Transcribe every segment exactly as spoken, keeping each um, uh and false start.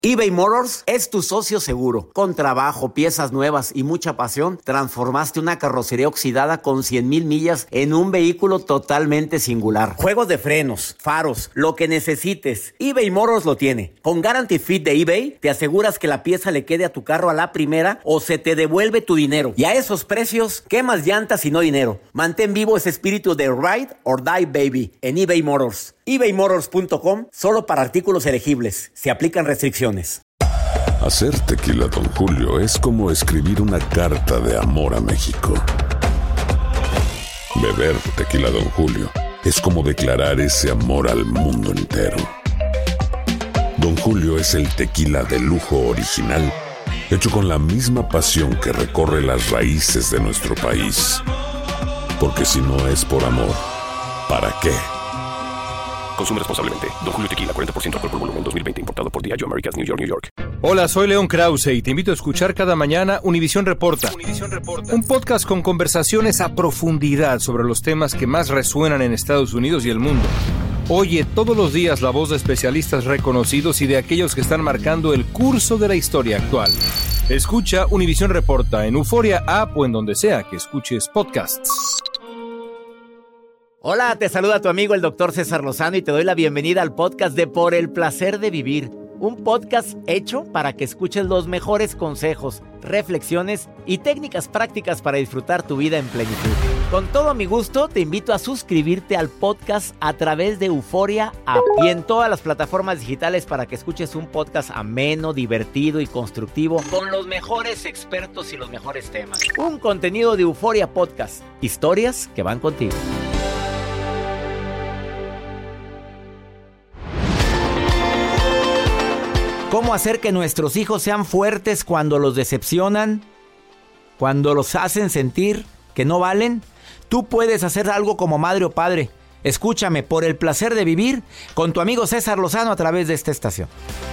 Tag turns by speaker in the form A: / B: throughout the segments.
A: eBay Motors es tu socio seguro. Con trabajo, piezas nuevas y mucha pasión, transformaste una carrocería oxidada con cien mil millas en un vehículo totalmente singular. Juegos de frenos, faros, lo que necesites, eBay Motors lo tiene. Con Guarantee Fit de eBay, te aseguras que la pieza le quede a tu carro a la primera o se te devuelve tu dinero. Y a esos precios, ¿qué más llantas y no dinero? Mantén vivo ese espíritu de Ride or Die Baby en eBay Motors. ebay motors punto com, solo para artículos elegibles. Se aplican restricciones.
B: Hacer tequila Don Julio es como escribir una carta de amor a México. Beber tequila Don Julio es como declarar ese amor al mundo entero. Don Julio es el tequila de lujo original, hecho con la misma pasión que recorre las raíces de nuestro país. Porque si no es por amor, ¿para qué?
C: Consume responsablemente. Don Julio Tequila, cuarenta por ciento alcohol por volumen, dos mil veinte. Importado por Diageo Americas, New York, New York.
D: Hola, soy León Krause y te invito a escuchar cada mañana Univisión Reporta. Univisión Reporta. Un podcast con conversaciones a profundidad sobre los temas que más resuenan en Estados Unidos y el mundo. Oye todos los días la voz de especialistas reconocidos y de aquellos que están marcando el curso de la historia actual. Escucha Univisión Reporta en Euforia App o en donde sea que escuches podcasts.
A: Hola, te saluda tu amigo el doctor César Lozano y te doy la bienvenida al podcast de Por el Placer de Vivir. Un podcast hecho para que escuches los mejores consejos, reflexiones y técnicas prácticas para disfrutar tu vida en plenitud. Con todo mi gusto, te invito a suscribirte al podcast a través de Euforia App y en todas las plataformas digitales para que escuches un podcast ameno, divertido y constructivo con los mejores expertos y los mejores temas. Un contenido de Euforia Podcast. Historias que van contigo. ¿Cómo hacer que nuestros hijos sean fuertes cuando los decepcionan? Cuando los hacen sentir que no valen. Tú puedes hacer algo como madre o padre. Escúchame, Por el Placer de Vivir, con tu amigo César Lozano a través de esta estación.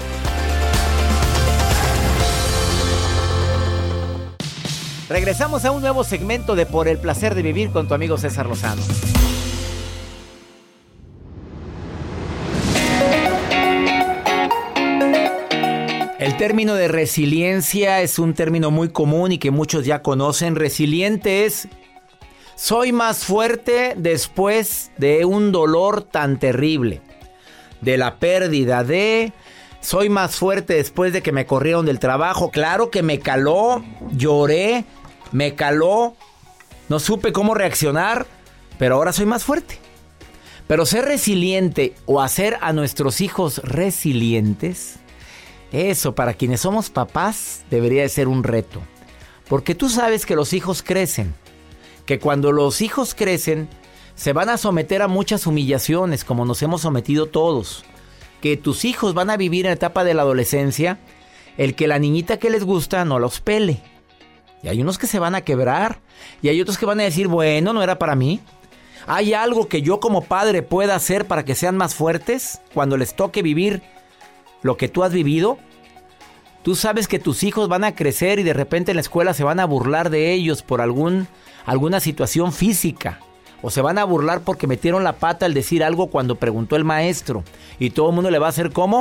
A: Regresamos a un nuevo segmento de Por el Placer de Vivir con tu amigo César Lozano. El término de resiliencia es un término muy común y que muchos ya conocen. Resiliente es: soy más fuerte después de un dolor tan terrible, de la pérdida de... Soy más fuerte después de que me corrieron del trabajo. Claro que me caló, lloré, me caló, no supe cómo reaccionar, pero ahora soy más fuerte. Pero ser resiliente o hacer a nuestros hijos resilientes... Eso, para quienes somos papás, debería de ser un reto. Porque tú sabes que los hijos crecen. Que cuando los hijos crecen, se van a someter a muchas humillaciones, como nos hemos sometido todos. Que tus hijos van a vivir en la etapa de la adolescencia, el que la niñita que les gusta no los pele. Y hay unos que se van a quebrar. Y hay otros que van a decir, bueno, no era para mí. ¿Hay algo que yo como padre pueda hacer para que sean más fuertes cuando les toque vivir lo que tú has vivido? Tú sabes que tus hijos van a crecer y de repente en la escuela se van a burlar de ellos por algún, alguna situación física. O se van a burlar porque metieron la pata al decir algo cuando preguntó el maestro. Y todo el mundo le va a hacer ¿cómo?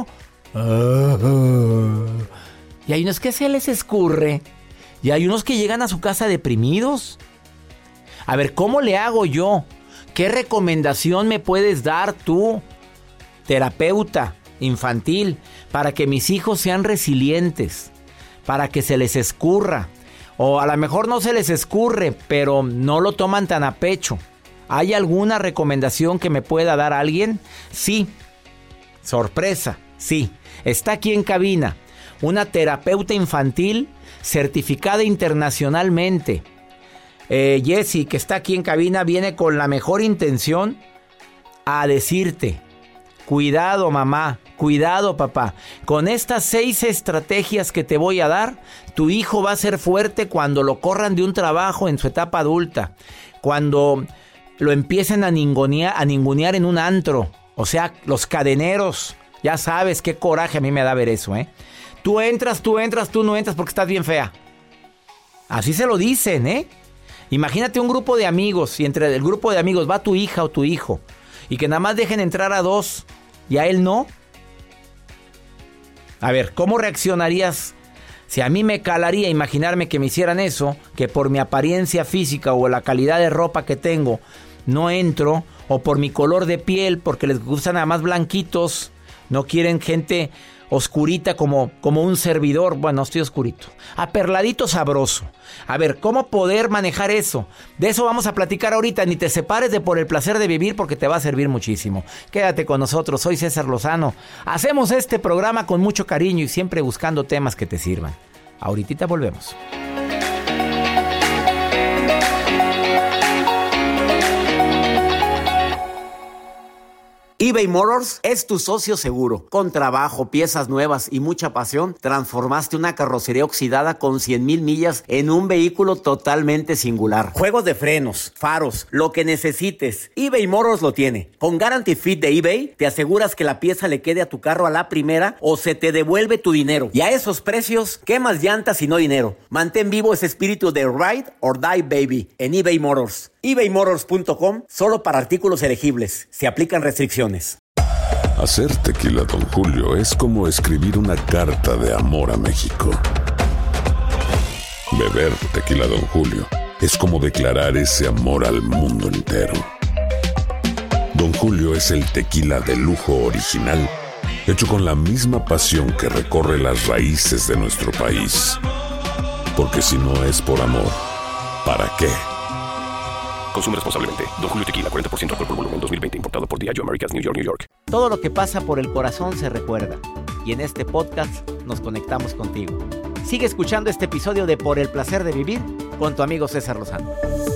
A: Y hay unos que se les escurre. Y hay unos que llegan a su casa deprimidos. A ver, ¿cómo le hago yo? ¿Qué recomendación me puedes dar tú, terapeuta infantil, para que mis hijos sean resilientes, para que se les escurra? O a lo mejor no se les escurre, pero no lo toman tan a pecho. ¿Hay alguna recomendación que me pueda dar alguien? Sí. Sorpresa, sí. Está aquí en cabina una terapeuta infantil certificada internacionalmente. Eh, Jessie, que está aquí en cabina, viene con la mejor intención a decirte: cuidado mamá, cuidado papá, con estas seis estrategias que te voy a dar, tu hijo va a ser fuerte cuando lo corran de un trabajo en su etapa adulta, cuando lo empiecen a ningunear, a ningunear en un antro, o sea, los cadeneros. Ya sabes qué coraje a mí me da ver eso, ¿eh? Tú entras, tú entras, tú no entras porque estás bien fea. Así se lo dicen, ¿eh? Imagínate un grupo de amigos y entre el grupo de amigos va tu hija o tu hijo y que nada más dejen entrar a dos y a él no. A ver, ¿cómo reaccionarías si a mí me calaría imaginarme que me hicieran eso, que por mi apariencia física o la calidad de ropa que tengo no entro, o por mi color de piel, porque les gustan nada más blanquitos, no quieren gente oscurita como, como un servidor? Bueno, estoy oscurito. Aperladito sabroso. A ver, ¿cómo poder manejar eso? De eso vamos a platicar ahorita. Ni te separes de Por el Placer de Vivir, porque te va a servir muchísimo. Quédate con nosotros. Soy César Lozano. Hacemos este programa con mucho cariño y siempre buscando temas que te sirvan. Ahorita volvemos.
E: eBay Motors es tu socio seguro. Con trabajo, piezas nuevas y mucha pasión, transformaste una carrocería oxidada con cien mil millas en un vehículo totalmente singular. Juegos de frenos, faros, lo que necesites, eBay Motors lo tiene. Con Guarantee Fit de eBay, te aseguras que la pieza le quede a tu carro a la primera o se te devuelve tu dinero. Y a esos precios, ¿qué más llantas y no dinero? Mantén vivo ese espíritu de Ride or Die Baby en eBay Motors. ebay motors punto com, solo para artículos elegibles. Se aplican restricciones.
B: Hacer tequila Don Julio es como escribir una carta de amor a México. Beber tequila Don Julio es como declarar ese amor al mundo entero. Don Julio es el tequila de lujo original, hecho con la misma pasión que recorre las raíces de nuestro país. Porque si no es por amor, ¿para qué?
C: Consume responsablemente. Don Julio Tequila, cuarenta por ciento alcohol por volumen, dos mil veinte. Importado por Diageo Americas, New York, New York.
A: Todo lo que pasa por el corazón se recuerda. Y en este podcast nos conectamos contigo. Sigue escuchando este episodio de Por el Placer de Vivir con tu amigo César Lozano.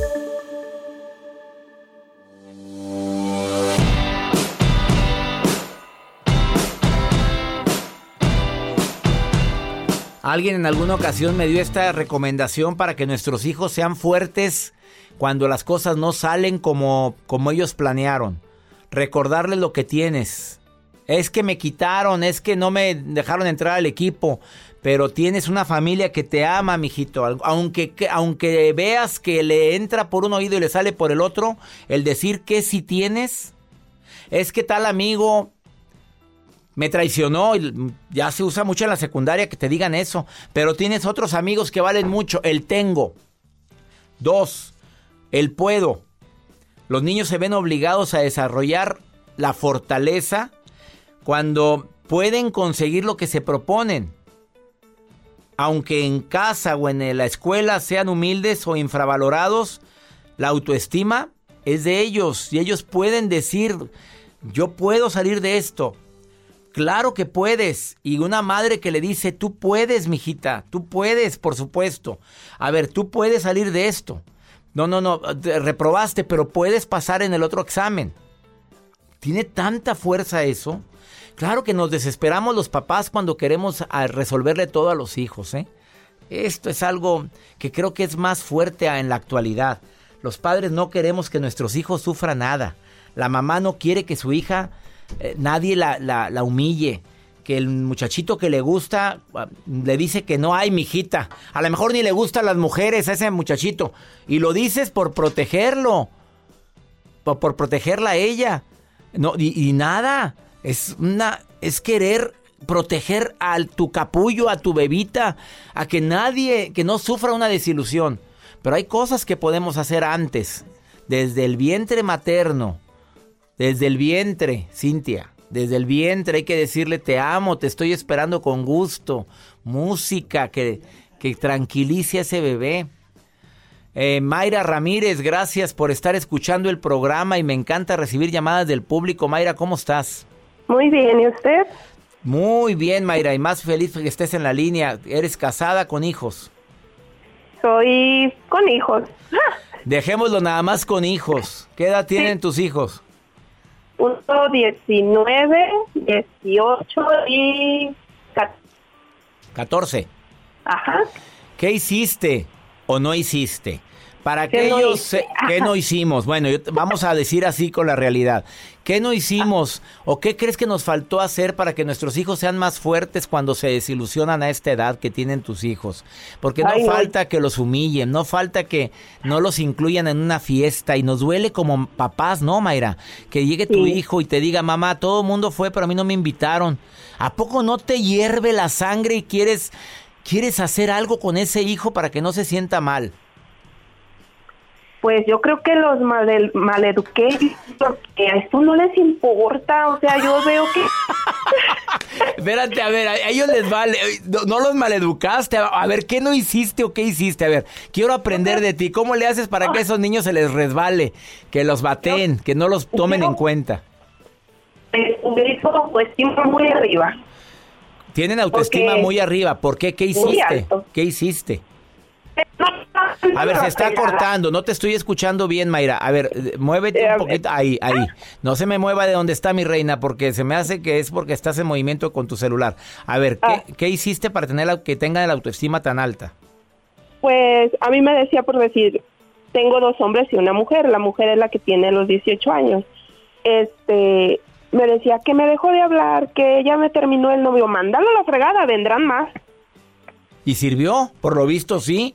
A: Alguien en alguna ocasión me dio esta recomendación para que nuestros hijos sean fuertes cuando las cosas no salen como, como ellos planearon. Recordarles lo que tienes. Es que me quitaron, es que no me dejaron entrar al equipo, pero tienes una familia que te ama, mijito. Aunque, que, aunque veas que le entra por un oído y le sale por el otro, el decir que sí tienes, es que tal amigo me traicionó. Ya se usa mucho en la secundaria que te digan eso, pero tienes otros amigos que valen mucho. El tengo. Dos, el puedo. Los niños se ven obligados a desarrollar la fortaleza cuando pueden conseguir lo que se proponen. Aunque en casa o en la escuela sean humildes o infravalorados, la autoestima es de ellos y ellos pueden decir: yo puedo salir de esto. Claro que puedes. Y una madre que le dice: tú puedes, mijita, tú puedes, por supuesto. A ver, tú puedes salir de esto. No, no, no, reprobaste, pero puedes pasar en el otro examen. ¿Tiene tanta fuerza eso? Claro que nos desesperamos los papás cuando queremos resolverle todo a los hijos, ¿eh? Esto es algo que creo que es más fuerte en la actualidad. Los padres no queremos que nuestros hijos sufran nada. La mamá no quiere que su hija, eh, nadie la, la, la humille. Que el muchachito que le gusta le dice que no, hay mijita. A lo mejor ni le gustan las mujeres a ese muchachito. Y lo dices por protegerlo. Por, por protegerla a ella. No, y, y nada. Es una, es querer proteger a tu capullo, a tu bebita. A que nadie, que no sufra una desilusión. Pero hay cosas que podemos hacer antes. Desde el vientre materno. Desde el vientre, Cintia. Desde el vientre hay que decirle: te amo, te estoy esperando con gusto. Música que, que tranquilice a ese bebé. Eh, Mayra Ramírez, gracias por estar escuchando el programa y me encanta recibir llamadas del público. Mayra, ¿cómo estás?
F: Muy bien, ¿y usted?
A: Muy bien, Mayra, y más feliz que estés en la línea. ¿Eres casada con hijos?
F: Soy con hijos.
A: Dejémoslo nada más con hijos. ¿Qué edad tienen
F: Sí.
A: tus hijos?
F: Uno diecinueve, dieciocho y
A: catorce.
F: Ajá.
A: ¿Qué hiciste o no hiciste Para
F: ¿Qué no
A: aquellos
F: hice?
A: que no hicimos, bueno, yo, vamos a decir así con la realidad. ¿Qué no hicimos o qué crees que nos faltó hacer para que nuestros hijos sean más fuertes cuando se desilusionan a esta edad que tienen tus hijos? Porque no
F: Ay, no.
A: falta que los humillen, no falta que no los incluyan en una fiesta y nos duele como papás, ¿no, Mayra? Que llegue tu
F: Sí.
A: hijo y te diga, mamá, todo el mundo fue, pero a mí no me invitaron. ¿A poco no te hierve la sangre y quieres, quieres hacer algo con ese hijo para que no se sienta mal?
F: Pues yo creo que los mal, maleduqué porque a esto no les importa, o sea, yo veo que...
A: Espérate, a ver, a ellos les vale, no, no los maleducaste, a, a ver, ¿qué no hiciste o qué hiciste? A ver, quiero aprender de ti, ¿cómo le haces para que a esos niños se les resbale, que los baten, que no los tomen en cuenta?
F: Un grito autoestima muy arriba.
A: Tienen autoestima
F: Porque-
A: muy arriba, ¿por qué? ¿Qué
F: Muy
A: hiciste?
F: alto.
A: ¿Qué hiciste? A ver, se está cortando, no te estoy escuchando bien, Mayra. A ver, eh, muévete
F: Eh, a
A: un
F: ver.
A: poquito, ahí, ahí. No se me mueva de donde está mi reina, porque se me hace que es porque estás en movimiento con tu celular. A ver, ¿qué,
F: Ah.
A: ¿qué hiciste para tener la, que tengan la autoestima tan alta?
F: Pues a mí me decía por decir, tengo dos hombres y una mujer, la mujer es la que tiene los dieciocho años. Este, me decía que me dejó de hablar, que ya me terminó el novio, mándalo a la fregada, vendrán más.
A: ¿Y sirvió? Por lo visto, sí.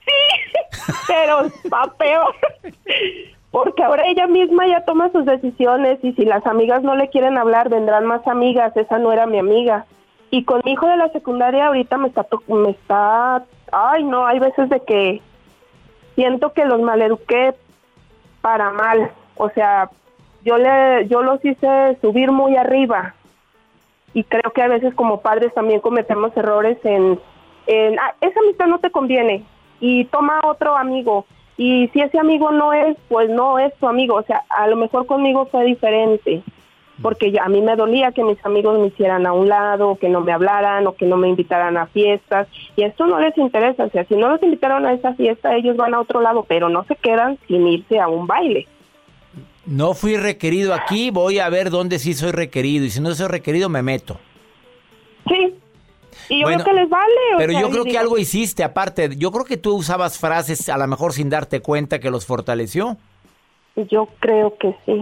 F: Pero está peor, porque ahora ella misma ya toma sus decisiones y si las amigas no le quieren hablar, vendrán más amigas, esa no era mi amiga. Y con mi hijo de la secundaria ahorita me está, to- me está, ay no, hay veces de que siento que los maleduqué para mal, o sea, yo le, yo los hice subir muy arriba y creo que a veces como padres también cometemos errores en, en ah, esa amistad no te conviene y toma otro amigo y si ese amigo no es, pues no es tu amigo, o sea, a lo mejor conmigo fue diferente, porque ya, a mí me dolía que mis amigos me hicieran a un lado, que no me hablaran o que no me invitaran a fiestas y esto no les interesa, o sea, si no los invitaron a esa fiesta ellos van a otro lado, pero no se quedan sin irse a un baile.
A: No fui requerido aquí, voy a ver dónde sí soy requerido. Y si no soy requerido, me meto.
F: Sí. Y yo
A: Bueno,
F: creo que les vale. o
A: Pero
F: sea,
A: yo
F: y
A: creo que
F: digo,
A: algo hiciste, aparte. Yo creo que tú usabas frases, a lo mejor sin darte cuenta, que los fortaleció.
F: Yo creo que sí.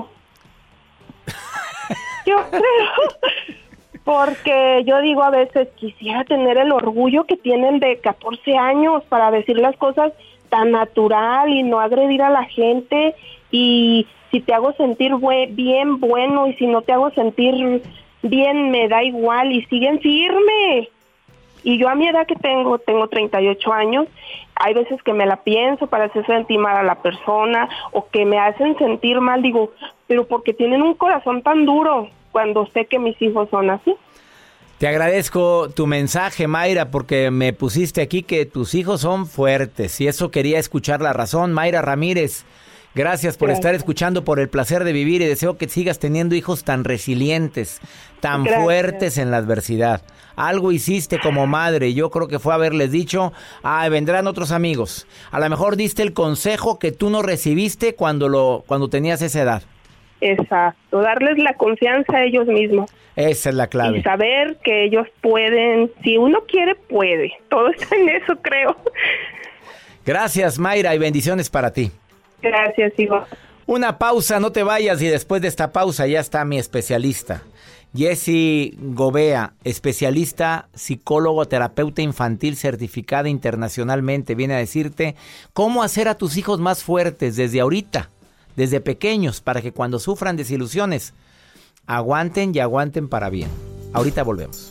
F: Yo creo. Porque yo digo a veces, quisiera tener el orgullo que tienen de catorce años para decir las cosas tan natural y no agredir a la gente. Y si te hago sentir bue- bien, bueno, y si no te hago sentir bien, me da igual. Y siguen firme. Y yo a mi edad que tengo, tengo treinta y ocho años, hay veces que me la pienso para hacer sentir mal a la persona o que me hacen sentir mal, digo, pero porque tienen un corazón tan duro cuando sé que mis hijos son así.
A: Te agradezco tu mensaje, Mayra, porque me pusiste aquí que tus hijos son fuertes. Y eso quería escuchar la razón. Mayra Ramírez, gracias por
F: Gracias.
A: estar escuchando Por el Placer de Vivir y deseo que sigas teniendo hijos tan resilientes, tan
F: Gracias.
A: fuertes en la adversidad. Algo hiciste como madre, yo creo que fue haberles dicho, ah, vendrán otros amigos. A lo mejor diste el consejo que tú no recibiste cuando lo cuando tenías esa edad.
F: Exacto, darles la confianza a ellos mismos
A: Esa es la clave.
F: y saber que ellos pueden, si uno quiere, puede. Todo está en eso, creo.
A: Gracias, Mayra, y bendiciones para ti.
F: Gracias, Iván.
A: Una pausa, no te vayas, y después de esta pausa ya está mi especialista. Jessie Gobea, especialista, psicólogo, terapeuta infantil certificada internacionalmente, viene a decirte cómo hacer a tus hijos más fuertes desde ahorita, desde pequeños, para que cuando sufran desilusiones, aguanten y aguanten para bien. Ahorita volvemos.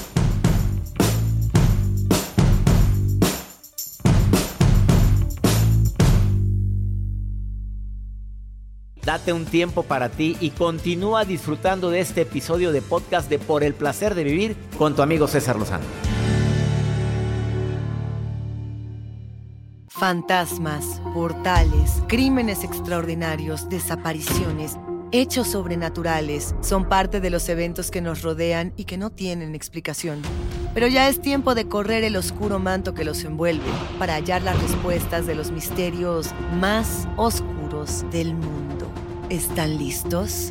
A: Date un tiempo para ti y continúa disfrutando de este episodio de podcast de Por el Placer de Vivir con tu amigo César Lozano.
G: Fantasmas, portales, crímenes extraordinarios, desapariciones, hechos sobrenaturales son parte de los eventos que nos rodean y que no tienen explicación. Pero ya es tiempo de correr el oscuro manto que los envuelve para hallar las respuestas de los misterios más oscuros del mundo. ¿Están listos?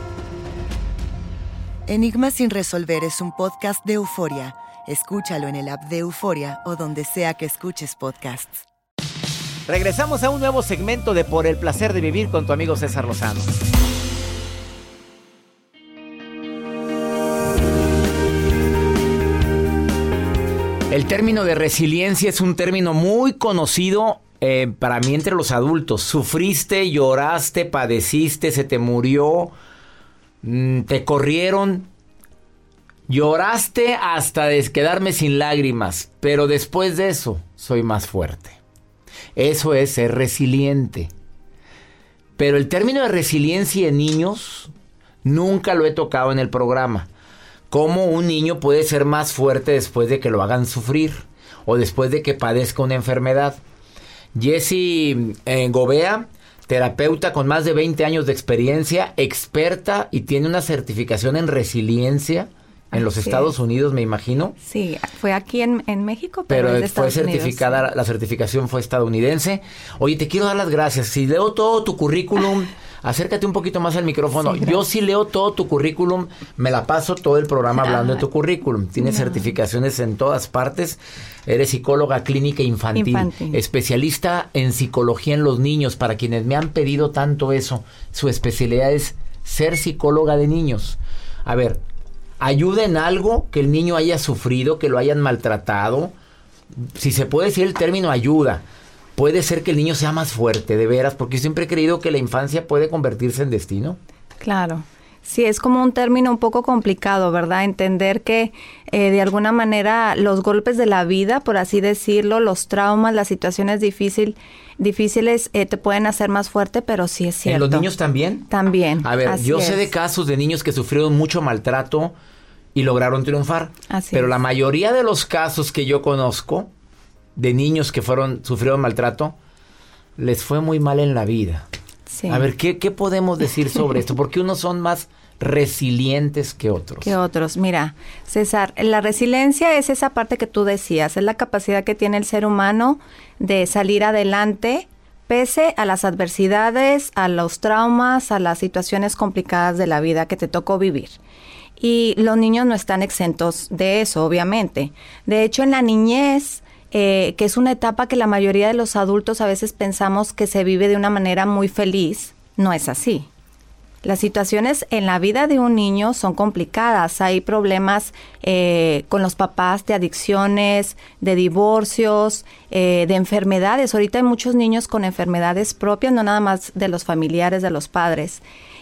G: Enigma sin resolver es un podcast de Euforia. Escúchalo en el app de Euforia o donde sea que escuches podcasts.
A: Regresamos a un nuevo segmento de Por el Placer de Vivir con tu amigo César Lozano. El término de resiliencia es un término muy conocido eh, para mí entre los adultos. Sufriste, lloraste, padeciste, se te murió, mmm, te corrieron. Lloraste hasta quedarme sin lágrimas, pero después de eso soy más fuerte. Eso es ser resiliente. Pero el término de resiliencia en niños nunca lo he tocado en el programa. ¿Cómo un niño puede ser más fuerte después de que lo hagan sufrir o después de que padezca una enfermedad? Jessie eh, Gobea, terapeuta con más de veinte años de experiencia, experta y tiene una certificación en resiliencia en los Estados Unidos, me imagino.
H: Sí, fue aquí en, en México, pero, pero es de Estados
A: fue certificada,
H: Unidos.
A: La certificación fue estadounidense. Oye, te quiero dar las gracias. Si leo todo tu currículum, acércate un poquito más al micrófono. Sí, yo sí leo todo tu currículum, me la paso todo el programa hablando ah, de tu currículum. Tienes no. certificaciones en todas partes. Eres psicóloga clínica infantil, infantil, especialista en psicología en los niños. Para quienes me han pedido tanto eso, su especialidad es ser psicóloga de niños. A ver, ¿ayuda en algo que el niño haya sufrido, que lo hayan maltratado? Si se puede decir el término ayuda, puede ser que el niño sea más fuerte, de veras, porque yo siempre he creído que la infancia puede convertirse en destino.
H: Claro, sí, es como un término un poco complicado, ¿verdad? Entender que eh, de alguna manera los golpes de la vida, por así decirlo, los traumas, las situaciones difícil, difíciles eh, te pueden hacer más fuerte, pero sí es cierto.
A: ¿En los niños también?
H: También.
A: A ver, yo
H: es.
A: sé de casos de niños que sufrieron mucho maltrato y lograron triunfar.
H: Así
A: pero
H: es.
A: La mayoría de los casos que yo conozco de niños que fueron sufrieron maltrato, les fue muy mal en la vida.
H: Sí.
A: A ver, ¿qué, ¿qué podemos decir sobre esto? Porque unos son más resilientes que otros.
H: Que otros. Mira, César, la resiliencia es esa parte que tú decías, es la capacidad que tiene el ser humano de salir adelante pese a las adversidades, a los traumas, a las situaciones complicadas de la vida que te tocó vivir. Y los niños no están exentos de eso, obviamente. De hecho, en la niñez, eh, que es una etapa que la mayoría de los adultos a veces pensamos que se vive de una manera muy feliz, no es así. Las situaciones en la vida de un niño son complicadas. Hay problemas eh, con los papás de adicciones, de divorcios, eh, de enfermedades. Ahorita hay muchos niños con enfermedades propias, no nada más de los familiares, de los padres.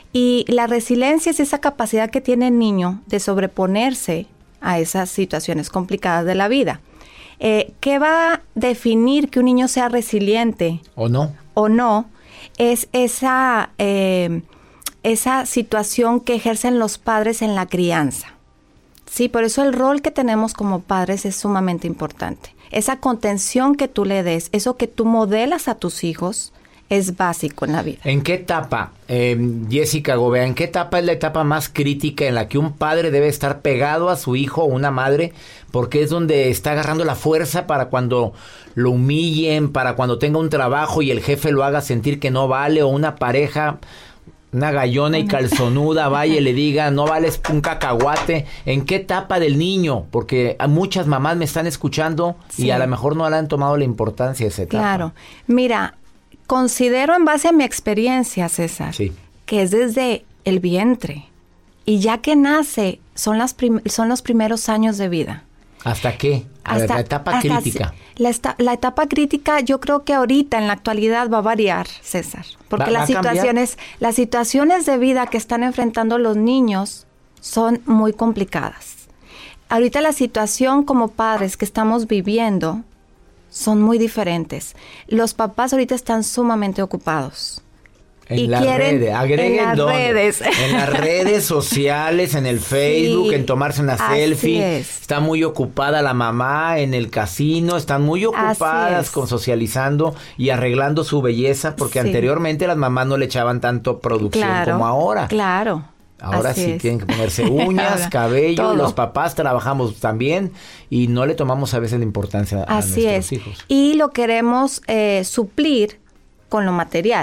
H: Y la resiliencia es esa capacidad que tiene el niño de sobreponerse a esas situaciones complicadas de la vida. Eh, ¿Qué va a definir que un niño sea resiliente?
A: ¿O no?
H: O no, es esa, eh, esa situación que ejercen los padres en la crianza. Sí, por eso el rol que tenemos como padres es sumamente importante. Esa contención que tú le des, eso que tú modelas a tus hijos, es básico en la vida.
A: ¿En qué etapa, eh, Jessica Gobea, en qué etapa es la etapa más crítica en la que un padre debe estar pegado a su hijo o una madre? Porque es donde está agarrando la fuerza para cuando lo humillen, para cuando tenga un trabajo y el jefe lo haga sentir que no vale, o una pareja, una gallona y calzonuda vaya y le diga, no vales un cacahuate. ¿En qué etapa del niño? Porque a muchas mamás me están escuchando sí. y a lo mejor no le han tomado la importancia de esa etapa.
H: Claro, mira, considero en base a mi experiencia, César, sí. que es desde el vientre. Y ya que nace, son, las prim- son los primeros años de vida.
A: ¿Hasta qué? A
H: hasta,
A: ver, la etapa
H: hasta
A: crítica.
H: La, esta, la etapa crítica yo creo que ahorita, en la actualidad, va a variar, César. Porque
A: ¿Va,
H: las,
A: va
H: situaciones, las situaciones de vida que están enfrentando los niños son muy complicadas. Ahorita la situación como padres que estamos viviendo son muy diferentes. Los papás ahorita están sumamente ocupados.
A: En
H: y
A: las
H: quieren,
A: redes, agreguen
H: en las
A: dónde.
H: redes.
A: En las redes sociales, en el Facebook,
H: Sí,
A: en tomarse una
H: así
A: selfie.
H: es.
A: Está muy ocupada la mamá en el casino, están muy ocupadas
H: es.
A: con socializando y arreglando su belleza, porque
H: Sí.
A: anteriormente las mamás no le echaban tanto producción
H: Claro,
A: como ahora.
H: claro.
A: Ahora
H: Así
A: sí
H: es.
A: tienen que ponerse uñas,
H: Ahora,
A: cabello,
H: todo.
A: los papás trabajamos también y no le tomamos a veces la importancia a
H: Así
A: nuestros
H: es.
A: hijos.
H: Y lo queremos eh, suplir con lo material.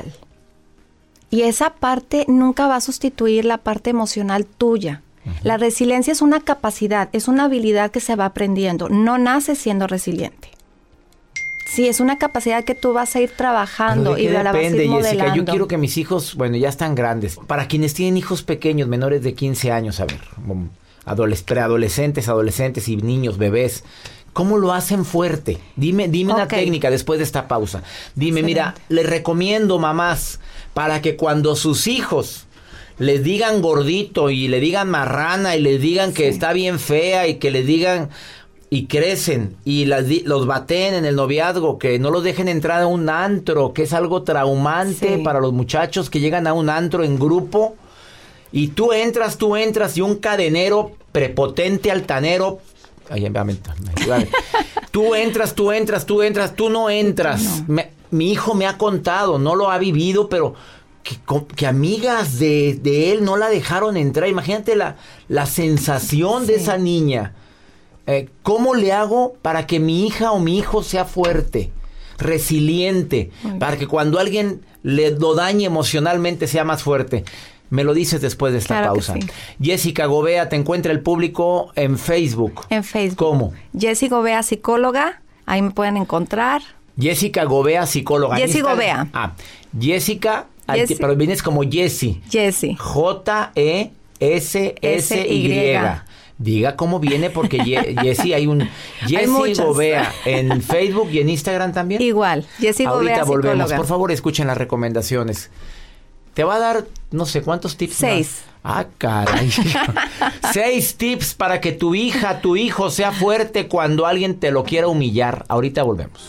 H: Y esa parte nunca va a sustituir la parte emocional tuya. Uh-huh. La resiliencia es una capacidad, es una habilidad que se va aprendiendo. No naces siendo resiliente. Sí, es una capacidad que tú vas a ir trabajando
A: ¿De
H: y
A: qué
H: la vas a ir
A: depende,
H: modelando.
A: Jessica? Yo quiero que mis hijos, bueno, ya están grandes. Para quienes tienen hijos pequeños, menores de quince años, a ver, adoles- preadolescentes, adolescentes y niños, bebés, ¿cómo lo hacen fuerte? Dime, dime una
H: Okay.
A: técnica después de esta pausa. Dime, mira, les recomiendo, mamás, para que cuando sus hijos les digan gordito y le digan marrana y les digan que está bien fea y que les digan y crecen y las di- los baten en el noviazgo, que no los dejen entrar a un antro, que es algo traumante
H: Sí.
A: para los muchachos que llegan a un antro en grupo y tú entras, tú entras y un cadenero prepotente, altanero. Ay, ya me- me- me- tú entras, tú entras, tú entras, tú no entras.
H: No.
A: Me- mi hijo me ha contado, no lo ha vivido, pero que, co- que amigas de, de él no la dejaron entrar. Imagínate la, la sensación de
H: Sí.
A: esa niña. Eh, ¿Cómo le hago para que mi hija o mi hijo sea fuerte, resiliente, para que cuando alguien le lo dañe emocionalmente sea más fuerte? Me lo dices después de esta
H: Claro que
A: pausa.
H: sí.
A: Jessica Gobea, te encuentra el público en Facebook.
H: En Facebook.
A: ¿Cómo?
H: Jessy Gobea, psicóloga. Ahí me pueden encontrar.
A: Jessica Gobea, psicóloga.
H: Jessy
A: Insta-
H: Gobea.
A: Ah, Jessica,
H: Jessy.
A: pero vienes como Jessy.
H: Jessy.
A: J E S S Y. Diga cómo viene porque Ye- Jessy hay un Jessy
H: muchas.
A: Gobea en Facebook y en Instagram también.
H: Igual. Jessy
A: Ahorita
H: Gobea,
A: volvemos.
H: psicóloga.
A: Por favor, escuchen las recomendaciones. Te va a dar no sé cuántos tips.
H: Seis.
A: más. Ah, caray. Seis tips para que tu hija, tu hijo sea fuerte cuando alguien te lo quiera humillar. Ahorita volvemos.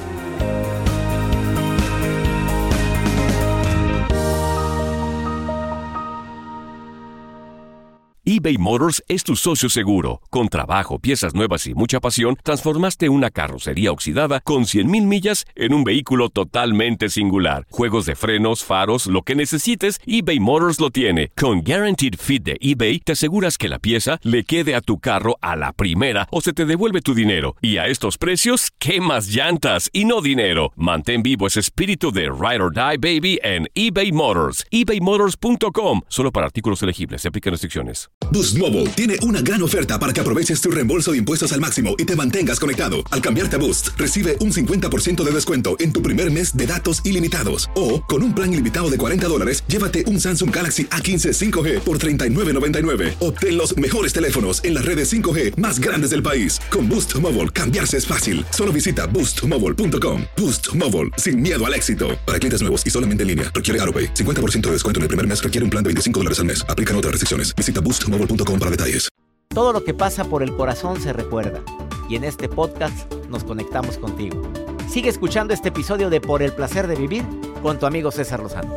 C: eBay Motors es tu socio seguro. Con trabajo, piezas nuevas y mucha pasión, transformaste una carrocería oxidada con cien mil millas en un vehículo totalmente singular. Juegos de frenos, faros, lo que necesites, eBay Motors lo tiene. Con Guaranteed Fit de eBay, te aseguras que la pieza le quede a tu carro a la primera o se te devuelve tu dinero. Y a estos precios, ¿quemas llantas y no dinero? Mantén vivo ese espíritu de Ride or Die, baby, en eBay Motors. ebay motors punto com. Solo para artículos elegibles. Se aplican restricciones.
I: Boost Mobile tiene una gran oferta para que aproveches tu reembolso de impuestos al máximo y te mantengas conectado. Al cambiarte a Boost, recibe un cincuenta por ciento de descuento en tu primer mes de datos ilimitados. O, con un plan ilimitado de cuarenta dólares, llévate un Samsung Galaxy A quince cinco G por treinta y nueve noventa y nueve. Obtén los mejores teléfonos en las redes cinco G más grandes del país. Con Boost Mobile, cambiarse es fácil. Solo visita boost mobile punto com. Boost Mobile, sin miedo al éxito. Para clientes nuevos y solamente en línea, requiere AutoPay. cincuenta por ciento de descuento en el primer mes requiere un plan de veinticinco dólares al mes. Aplican otras restricciones. Visita boost mobile punto com para detalles.
E: Todo lo que pasa por el corazón se recuerda. Y en este podcast nos conectamos contigo. Sigue escuchando este episodio de Por el Placer de Vivir con tu amigo César Lozano.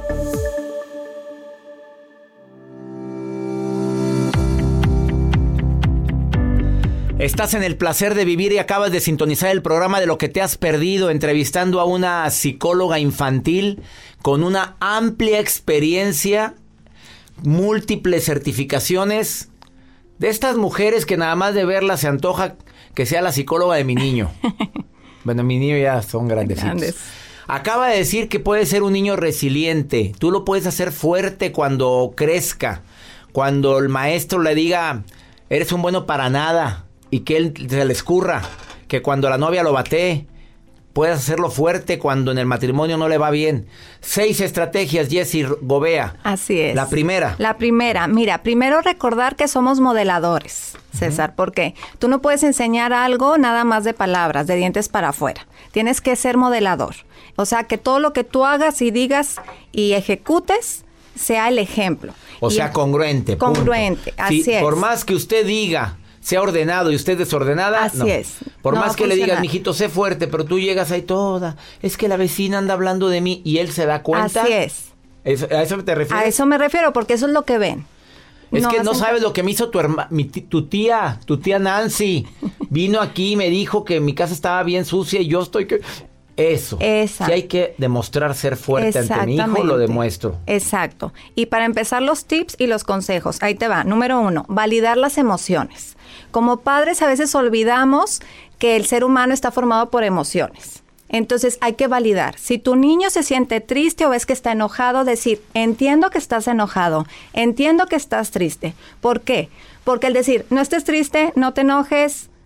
A: Estás en el placer de vivir y acabas de sintonizar el programa de Lo que te has perdido, entrevistando a una psicóloga infantil con una amplia experiencia, múltiples certificaciones, de estas mujeres que nada más de verla se antoja que sea la psicóloga de mi niño. Bueno, mi niño ya son grandecitos.
H: Grandes.
A: Acaba de decir que puede ser un niño resiliente. Tú lo puedes hacer fuerte cuando crezca, cuando el maestro le diga, eres un bueno para nada, y que él se le escurra, que cuando la novia lo batee, puedes hacerlo fuerte cuando en el matrimonio no le va bien. Seis estrategias, Jessy Gobea.
H: Así es.
A: La primera.
H: La primera, mira, primero recordar que somos modeladores, César. Uh-huh. ¿Por qué? Tú no puedes enseñar algo nada más de palabras, de dientes para afuera. Tienes que ser modelador. O sea, que todo lo que tú hagas y digas y ejecutes sea el ejemplo.
A: O
H: y
A: sea, congruente.
H: Congruente,
A: punto.
H: así
A: sí,
H: es.
A: Por más que usted diga, sea ordenado y usted desordenada,
H: así
A: no.
H: es.
A: Por
H: no
A: más que le
H: funcionar.
A: digas, mijito, sé fuerte, pero tú llegas ahí toda. Es que la vecina anda hablando de mí y él se da cuenta.
H: Así es.
A: ¿Eso, ¿A eso te refieres?
H: A eso me refiero, porque eso es lo que ven.
A: Es
H: no
A: que no
H: hacen
A: sabes
H: caso.
A: lo que me hizo tu, herma, mi, tu tía, tu tía Nancy. Vino aquí y me dijo que mi casa estaba bien sucia y yo estoy que... Eso.
H: Exacto.
A: Si hay que demostrar ser fuerte ante mi hijo, lo demuestro.
H: Exacto. Y para empezar, los tips y los consejos. Ahí te va. Número uno, validar las emociones. Como padres a veces olvidamos que el ser humano está formado por emociones. Entonces hay que validar. Si tu niño se siente triste o ves que está enojado, decir, entiendo que estás enojado, entiendo que estás triste. ¿Por qué? Porque el decir, no estés triste, no te enojes,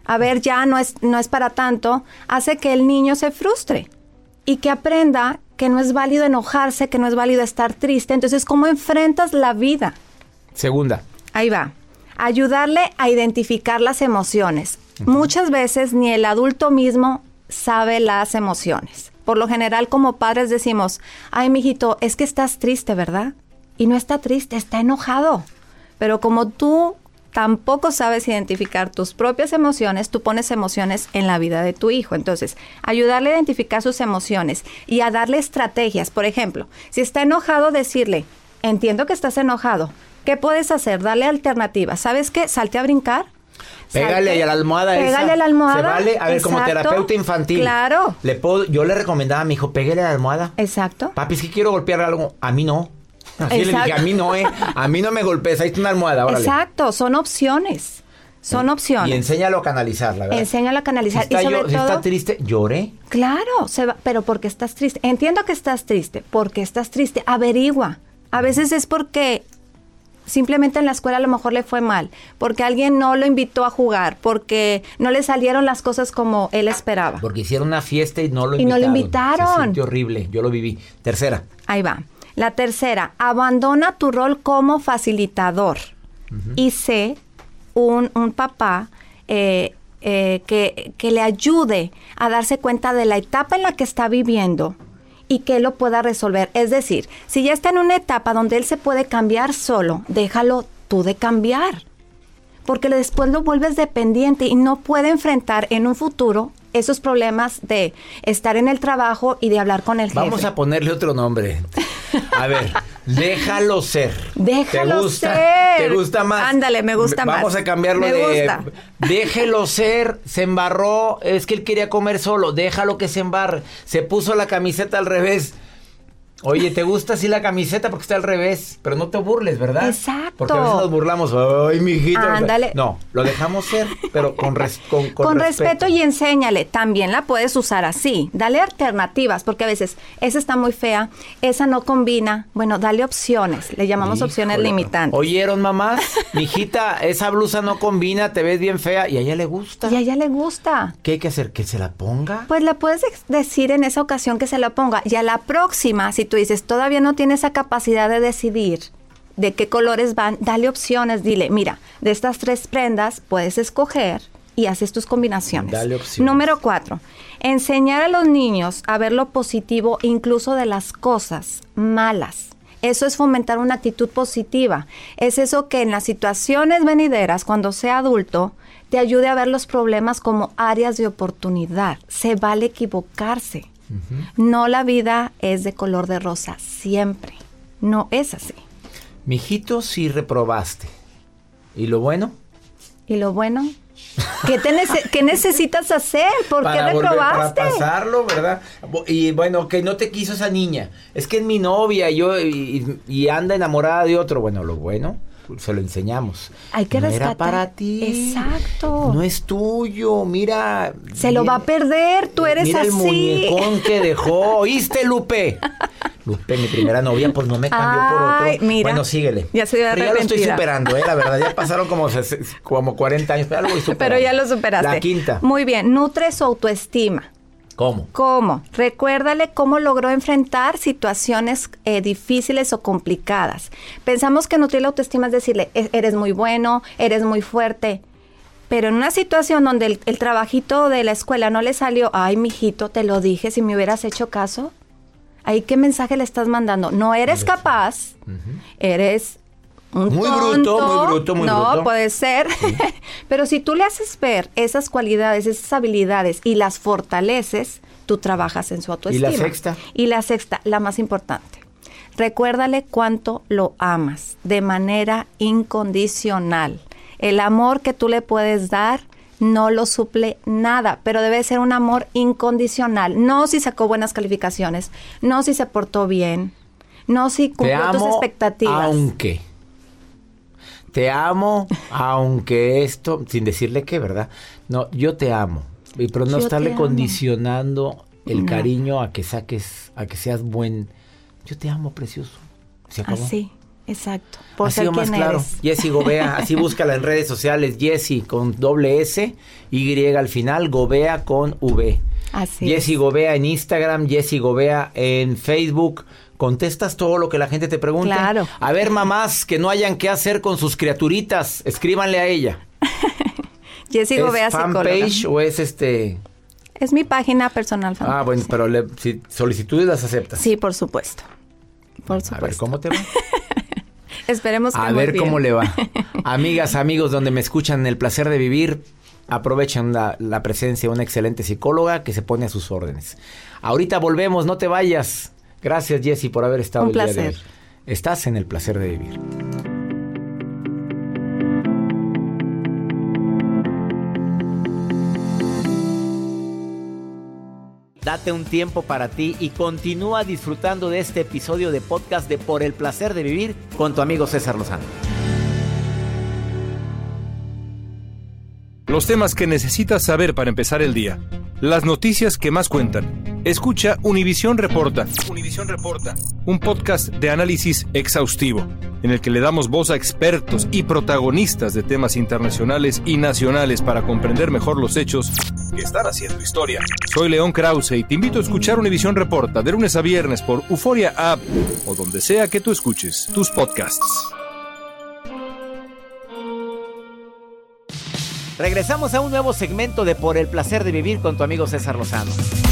H: a ver, ya no es, no es para tanto, hace que el niño se frustre y que aprenda que no es válido enojarse, que no es válido estar triste. Entonces, ¿cómo enfrentas la vida?
A: Segunda.
H: Ahí va. Ayudarle a identificar las emociones. Uh-huh. Muchas veces ni el adulto mismo sabe las emociones. Por lo general, como padres decimos, ay, mijito, es que estás triste, ¿verdad? Y no está triste, está enojado. Pero como tú tampoco sabes identificar tus propias emociones, tú pones emociones en la vida de tu hijo. Entonces, ayudarle a identificar sus emociones y a darle estrategias. Por ejemplo, si está enojado, decirle, entiendo que estás enojado. ¿Qué puedes hacer? Darle alternativas. ¿Sabes qué? Salte a brincar.
A: Pégale
H: Salte,
A: a la almohada esa.
H: Pégale a la almohada.
A: Se vale. A ver,
H: Exacto.
A: como terapeuta infantil.
H: Claro.
A: Le puedo, yo le recomendaba a mi hijo, pégale a la almohada.
H: Exacto.
A: Papi, es que quiero golpear algo. A mí no. Así le dije, a mí no, eh. A mí no me golpees. Ahí está una almohada, órale.
H: Exacto. Son opciones. Son opciones.
A: Y enséñalo a canalizar, la verdad.
H: Enséñalo a canalizar.
A: Si está,
H: y sobre
A: yo,
H: todo,
A: si está triste, lloré.
H: Claro, se va, pero porque estás triste. Entiendo que estás triste. Porque estás triste. Averigua. A veces es porque simplemente en la escuela a lo mejor le fue mal, porque alguien no lo invitó a jugar, porque no le salieron las cosas como él esperaba.
A: Porque hicieron una fiesta y no lo
H: y
A: invitaron.
H: Y no lo invitaron.
A: Se sintió horrible, yo lo viví. Tercera.
H: Ahí va. La tercera, abandona tu rol como facilitador. Uh-huh. Y sé un, un papá eh, eh, que, que le ayude a darse cuenta de la etapa en la que está viviendo y que él lo pueda resolver. Es decir, si ya está en una etapa donde él se puede cambiar solo, déjalo tú de cambiar. Porque después lo vuelves dependiente y no puede enfrentar en un futuro esos problemas de estar en el trabajo y de hablar con el jefe.
A: Vamos a ponerle otro nombre. A ver, déjalo ser.
H: Déjalo
A: ¿Te gusta?
H: ser.
A: ¿Te gusta más?
H: Ándale, me gusta
A: Vamos
H: más.
A: Vamos a cambiarlo
H: me
A: de...
H: Gusta.
A: Déjelo ser, se embarró, es que él quería comer solo, déjalo que se embarre. Se puso la camiseta al revés. Oye, ¿te gusta así la camiseta? Porque está al revés. Pero no te burles, ¿verdad?
H: Exacto.
A: Porque a veces nos burlamos. Ay, mijito.
H: Ándale.
A: No, lo dejamos ser, pero con, res, con, con,
H: con
A: respeto.
H: respeto y enséñale. También la puedes usar así. Dale alternativas, porque a veces esa está muy fea, esa no combina. Bueno, dale opciones. Le llamamos
A: Híjole,
H: opciones limitantes.
A: ¿Oyeron, mamás? Mijita, esa blusa no combina, te ves bien fea. Y a ella le gusta.
H: Y a ella le gusta.
A: ¿Qué hay que hacer? ¿Que se la ponga?
H: Pues le puedes decir en esa ocasión que se la ponga. Y a la próxima, si tú dices, todavía no tiene esa capacidad de decidir de qué colores van, dale opciones, dile, mira, de estas tres prendas puedes escoger y haces tus combinaciones.
A: Dale opciones.
H: Número cuatro, enseñar a los niños a ver lo positivo incluso de las cosas malas. Eso es fomentar una actitud positiva. Es eso que en las situaciones venideras, cuando sea adulto, te ayude a ver los problemas como áreas de oportunidad. Se vale equivocarse. Uh-huh. No, la vida es de color de rosa, siempre. No es así.
A: Mijito, sí reprobaste. ¿Y lo bueno?
H: ¿Y lo bueno? ¿Qué, te nece- ¿qué necesitas hacer? ¿Por
A: para
H: qué
A: volver,
H: reprobaste?
A: para pasarlo, ¿verdad? Y bueno, que no te quiso esa niña. Es que es mi novia yo, y, y anda enamorada de otro. Bueno, lo bueno, se lo enseñamos.
H: Hay que
A: no
H: rescatar.
A: Era para ti.
H: Exacto.
A: No es tuyo, mira.
H: Se lo va a perder, tú eres
A: mira
H: así.
A: Mira el muñecón que dejó. ¿Oíste, Lupe? Lupe, mi primera novia, pues no me cambió
H: Ay,
A: por otro.
H: Mira,
A: bueno, síguele.
H: Ya se
A: Pero ya lo estoy superando, ¿eh? La verdad, ya pasaron como, como cuarenta años, pero, algo
H: pero ya lo superaste.
A: La quinta.
H: Muy bien, nutre su autoestima.
A: ¿Cómo?
H: ¿Cómo? Recuérdale cómo logró enfrentar situaciones eh, difíciles o complicadas. Pensamos que nutrir la autoestima es decirle, eres muy bueno, eres muy fuerte. Pero en una situación donde el, el trabajito de la escuela no le salió, ay, mijito, te lo dije, si me hubieras hecho caso. ¿Ahí qué mensaje le estás mandando? No eres capaz, uh-huh. eres un
A: muy
H: tonto.
A: bruto, muy bruto, muy
H: no,
A: bruto.
H: No, puede ser. Sí. Pero si tú le haces ver esas cualidades, esas habilidades y las fortaleces, tú trabajas en su autoestima.
A: ¿Y la sexta?
H: Y la sexta, la más importante. Recuérdale cuánto lo amas de manera incondicional. El amor que tú le puedes dar no lo suple nada, pero debe ser un amor incondicional. No si sacó buenas calificaciones, no si se portó bien, no si cumplió tus expectativas.
A: Aunque, te amo, aunque esto, sin decirle qué, ¿verdad? No, yo te amo, pero no yo estarle condicionando el no. cariño a que saques, a que seas buen. Yo te amo, precioso. ¿Se acabó?
H: Así. Exacto. Por
A: así
H: ser
A: o más
H: quien
A: claro.
H: eres.
A: Jessie Gobea, así búscala en redes sociales, Jessie con doble S, Y al final, Gobea con V.
H: Así
A: Jessie
H: es.
A: Gobea en Instagram, Jessie Gobea en Facebook. ¿Contestas todo lo que la gente te pregunte?
H: Claro.
A: A ver, mamás que no hayan qué hacer con sus criaturitas, escríbanle a ella.
H: Jessie Gobea,
A: ¿Es
H: psicóloga.
A: fanpage o es este...?
H: Es mi página personal fanpage.
A: Ah, bueno, pero le, si solicitudes las aceptas.
H: Sí, por supuesto. Por supuesto.
A: A ver, ¿cómo te va?
H: Esperemos que
A: A
H: muy
A: ver
H: bien.
A: cómo le va. Amigas, amigos, donde me escuchan El Placer de Vivir, aprovechen la, la presencia de una excelente psicóloga que se pone a sus órdenes. Ahorita volvemos, no te vayas. Gracias, Jessie, por haber estado
H: Un
A: el día
H: placer.
A: de hoy. Estás en El Placer de Vivir. Date un tiempo para ti y continúa disfrutando de este episodio de podcast de Por el Placer de Vivir con tu amigo César Lozano.
D: Los temas que necesitas saber para empezar el día. Las noticias que más cuentan. Escucha Univisión Reporta. Univisión Reporta. Un podcast de análisis exhaustivo, en el que le damos voz a expertos y protagonistas de temas internacionales y nacionales para comprender mejor los hechos que están haciendo historia. Soy León Krause y te invito a escuchar Univisión Reporta de lunes a viernes por Euforia App o donde sea que tú escuches tus podcasts.
A: Regresamos a un nuevo segmento de Por el Placer de Vivir con tu amigo César Lozano.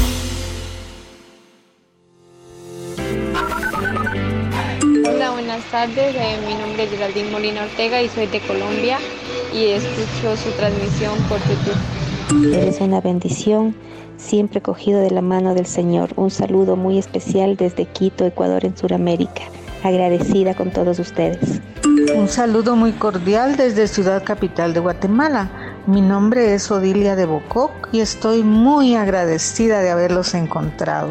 J: Hola, buenas tardes. Eh, mi nombre es Geraldine Molina Ortega y soy de Colombia y escucho su transmisión por YouTube.
K: Eres una bendición, siempre cogido de la mano del Señor. Un saludo muy especial desde Quito, Ecuador, en Sudamérica. Agradecida con todos ustedes.
L: Un saludo muy cordial desde Ciudad Capital de Guatemala. Mi nombre es Odilia de Bococ y estoy muy agradecida de haberlos encontrado.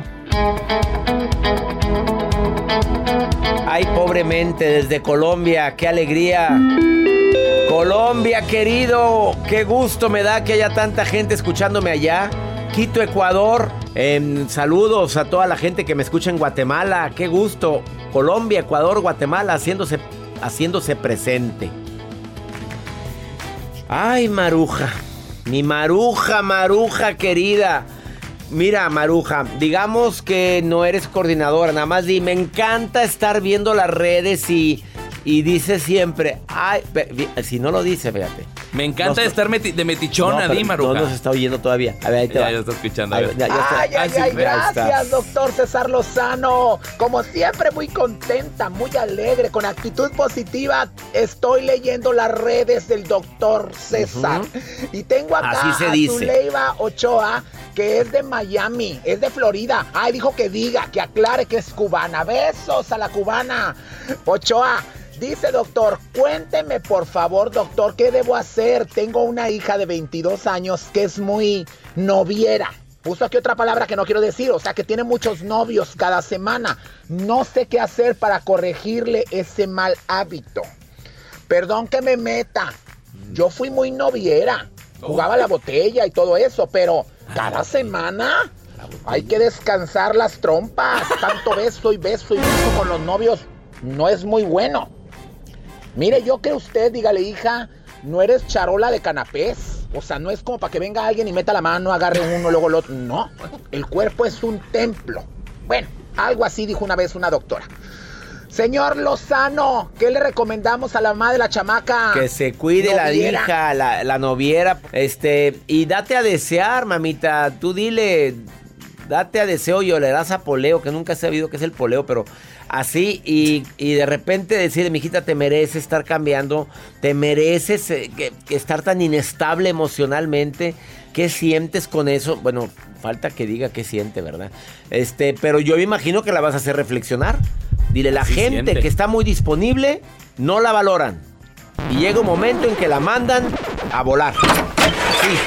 A: Ay, pobremente, desde Colombia, qué alegría. Colombia, querido, qué gusto me da que haya tanta gente escuchándome allá. Quito, Ecuador. Eh, saludos a toda la gente que me escucha en Guatemala. Qué gusto. Colombia, Ecuador, Guatemala, haciéndose, haciéndose presente. Ay, Maruja. Mi Maruja, Maruja querida. Mira, Maruja, digamos que no eres coordinadora, nada más di, me encanta estar viendo las redes y, y dice siempre, ay, si no lo dice, fíjate.
M: Me encanta
A: Nos,
M: estar meti, de metichona,
A: no,
M: di, Maruja.
A: No nos está oyendo todavía. A ver, ahí te
M: ya,
A: va.
M: ya está escuchando.
A: Ahí, ya, ya está.
N: Ay, ay,
A: Ah, sí,
N: ay, gracias,
A: está.
N: doctor César Lozano. Como siempre, muy contenta, muy alegre, con actitud positiva. Estoy leyendo las redes del doctor César. Uh-huh. Y tengo acá
A: Así se
N: a
A: dice.
N: Zuleiva Ochoa, que es de Miami, es de Florida. Ay, dijo que diga, que aclare que es cubana. Besos a la cubana. Ochoa. Dice, doctor, cuénteme por favor, doctor, ¿qué debo hacer? Tengo una hija de veintidós años que es muy noviera. Puso aquí otra palabra que no quiero decir, o sea, que tiene muchos novios cada semana. No sé qué hacer para corregirle ese mal hábito. Perdón que me meta. Yo fui muy noviera. Jugaba la botella y todo eso, pero cada semana hay que descansar las trompas. Tanto beso y beso y beso con los novios no es muy bueno. Mire, yo que usted, dígale, hija, no eres charola de canapés. O sea, no es como para que venga alguien y meta la mano, agarre uno, luego el otro. No, el cuerpo es un templo. Bueno, algo así dijo una vez una doctora. Señor Lozano, ¿qué le recomendamos a la mamá de la chamaca?
A: Que se cuide noviera. La hija, la, la noviera. Este, y date a desear, mamita. Tú dile, date a deseo y olerás a poleo, que nunca he sabido qué es el poleo, pero así, y, y de repente decirle, mijita, te mereces estar cambiando, te mereces eh, que, que estar tan inestable emocionalmente. ¿Qué sientes con eso? Bueno, falta que diga qué siente, ¿verdad? Este, pero yo me imagino que la vas a hacer reflexionar. Dile, la
M: sí
A: gente
M: siente.
A: que está muy disponible, no la valoran. Y llega un momento en que la mandan a volar. Sí,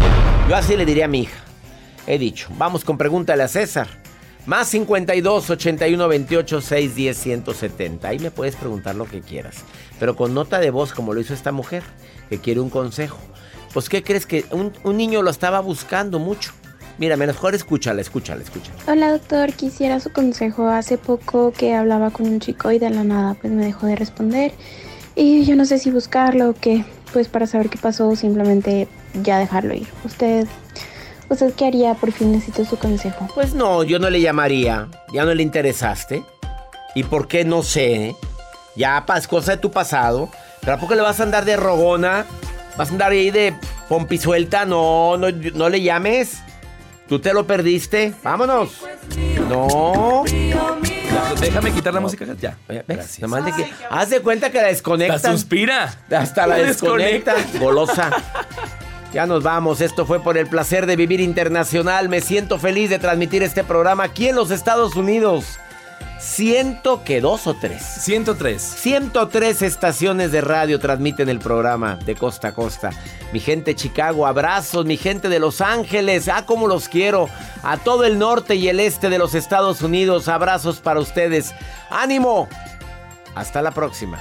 A: yo así le diría a mi hija. He dicho, vamos con pregúntale a César. Más cincuenta y dos, ochenta y uno, veintiocho, seiscientos diez, ciento setenta. Ahí me puedes preguntar lo que quieras. Pero con nota de voz, como lo hizo esta mujer, que quiere un consejo. Pues, ¿qué crees? Que un, un niño lo estaba buscando mucho.
E: Mira, mejor escúchala, escúchala, escúchala.
M: Hola doctor, quisiera su consejo. Hace poco que hablaba con un chico y de la nada pues me dejó de responder. Y yo no sé si buscarlo o qué, pues para saber qué pasó o simplemente ya dejarlo ir. ¿Usted, usted qué haría? Por fin necesito su consejo.
E: Pues no, yo no le llamaría. Ya no le interesaste. ¿Y por qué? No sé. Ya es cosa de tu pasado. ¿Pero a poco le vas a andar de rogona? ¿Vas a andar ahí de pompisuelta? No, no, no le llames. ¿Tú te lo perdiste? ¡Vámonos! No.
O: Ya, déjame quitar la no. música. Ya.
E: ¿Ves? Nomás de que, haz de cuenta que la desconectan.
O: Hasta suspira.
E: Hasta la desconectan. Golosa. Ya nos vamos. Esto fue por el placer de vivir internacional. Me siento feliz de transmitir este programa aquí en los Estados Unidos. Ciento que dos o tres.
O: ciento tres.
E: ciento tres estaciones de radio transmiten el programa de costa a costa. Mi gente de Chicago, abrazos. Mi gente de Los Ángeles, ah, cómo los quiero. A todo el norte y el este de los Estados Unidos, abrazos para ustedes. ¡Ánimo! Hasta la próxima.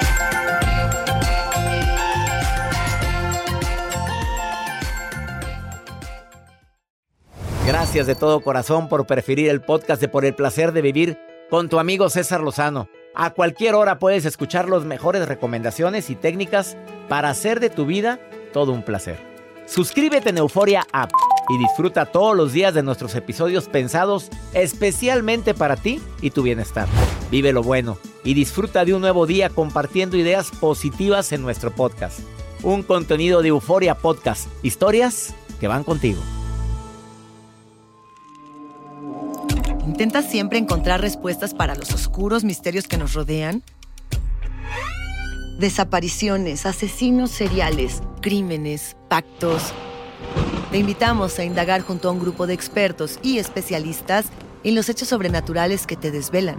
E: Gracias de todo corazón por preferir el podcast de Por el Placer de Vivir con tu amigo César Lozano. A cualquier hora puedes escuchar las mejores recomendaciones y técnicas para hacer de tu vida todo un placer. Suscríbete en Euforia App y disfruta todos los días de nuestros episodios pensados especialmente para ti y tu bienestar. Vive lo bueno y disfruta de un nuevo día compartiendo ideas positivas en nuestro podcast. Un contenido de Euforia Podcast. Historias que van contigo.
G: ¿Intentas siempre encontrar respuestas para los oscuros misterios que nos rodean? Desapariciones, asesinos seriales, crímenes, pactos. Te invitamos a indagar junto a un grupo de expertos y especialistas en los hechos sobrenaturales que te desvelan.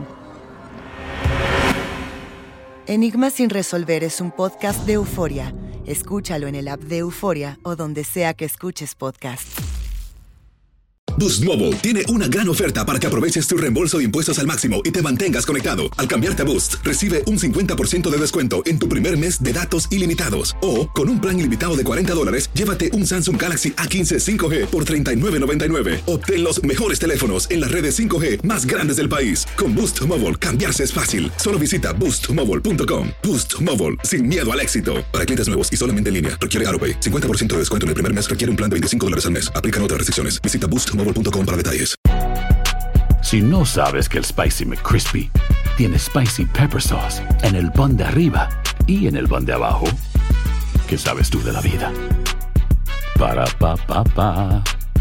G: Enigmas sin resolver es un podcast de Euforia. Escúchalo en el app de Euforia o donde sea que escuches podcast.
I: Boost Mobile tiene una gran oferta para que aproveches tu reembolso de impuestos al máximo y te mantengas conectado. Al cambiarte a Boost, recibe un cincuenta por ciento de descuento en tu primer mes de datos ilimitados. O, con un plan ilimitado de cuarenta dólares, llévate un Samsung Galaxy A quince cinco G por treinta y nueve noventa y nueve. Obtén los mejores teléfonos en las redes cinco G más grandes del país. Con Boost Mobile, cambiarse es fácil. Solo visita boost mobile punto com. Boost Mobile, sin miedo al éxito. Para clientes nuevos y solamente en línea, requiere AutoPay. cincuenta por ciento de descuento en el primer mes requiere un plan de veinticinco dólares al mes. Aplican otras restricciones. Visita boost mobile punto com para detalles.
P: Si no sabes que el Spicy McCrispy tiene Spicy Pepper Sauce en el pan de arriba y en el pan de abajo, ¿qué sabes tú de la vida? Para, pa, pa, pa.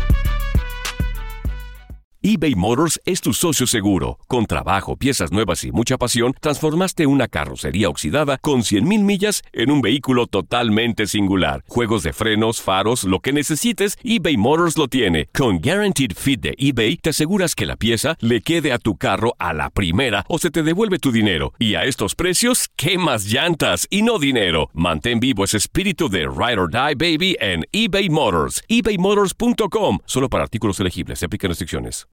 C: eBay Motors es tu socio seguro. Con trabajo, piezas nuevas y mucha pasión, transformaste una carrocería oxidada con cien mil millas en un vehículo totalmente singular. Juegos de frenos, faros, lo que necesites, eBay Motors lo tiene. Con Guaranteed Fit de eBay, te aseguras que la pieza le quede a tu carro a la primera o se te devuelve tu dinero. Y a estos precios, ¿qué más llantas y no dinero? Mantén vivo ese espíritu de Ride or Die, baby, en eBay Motors. ebay motors punto com. Solo para artículos elegibles. Se aplican restricciones.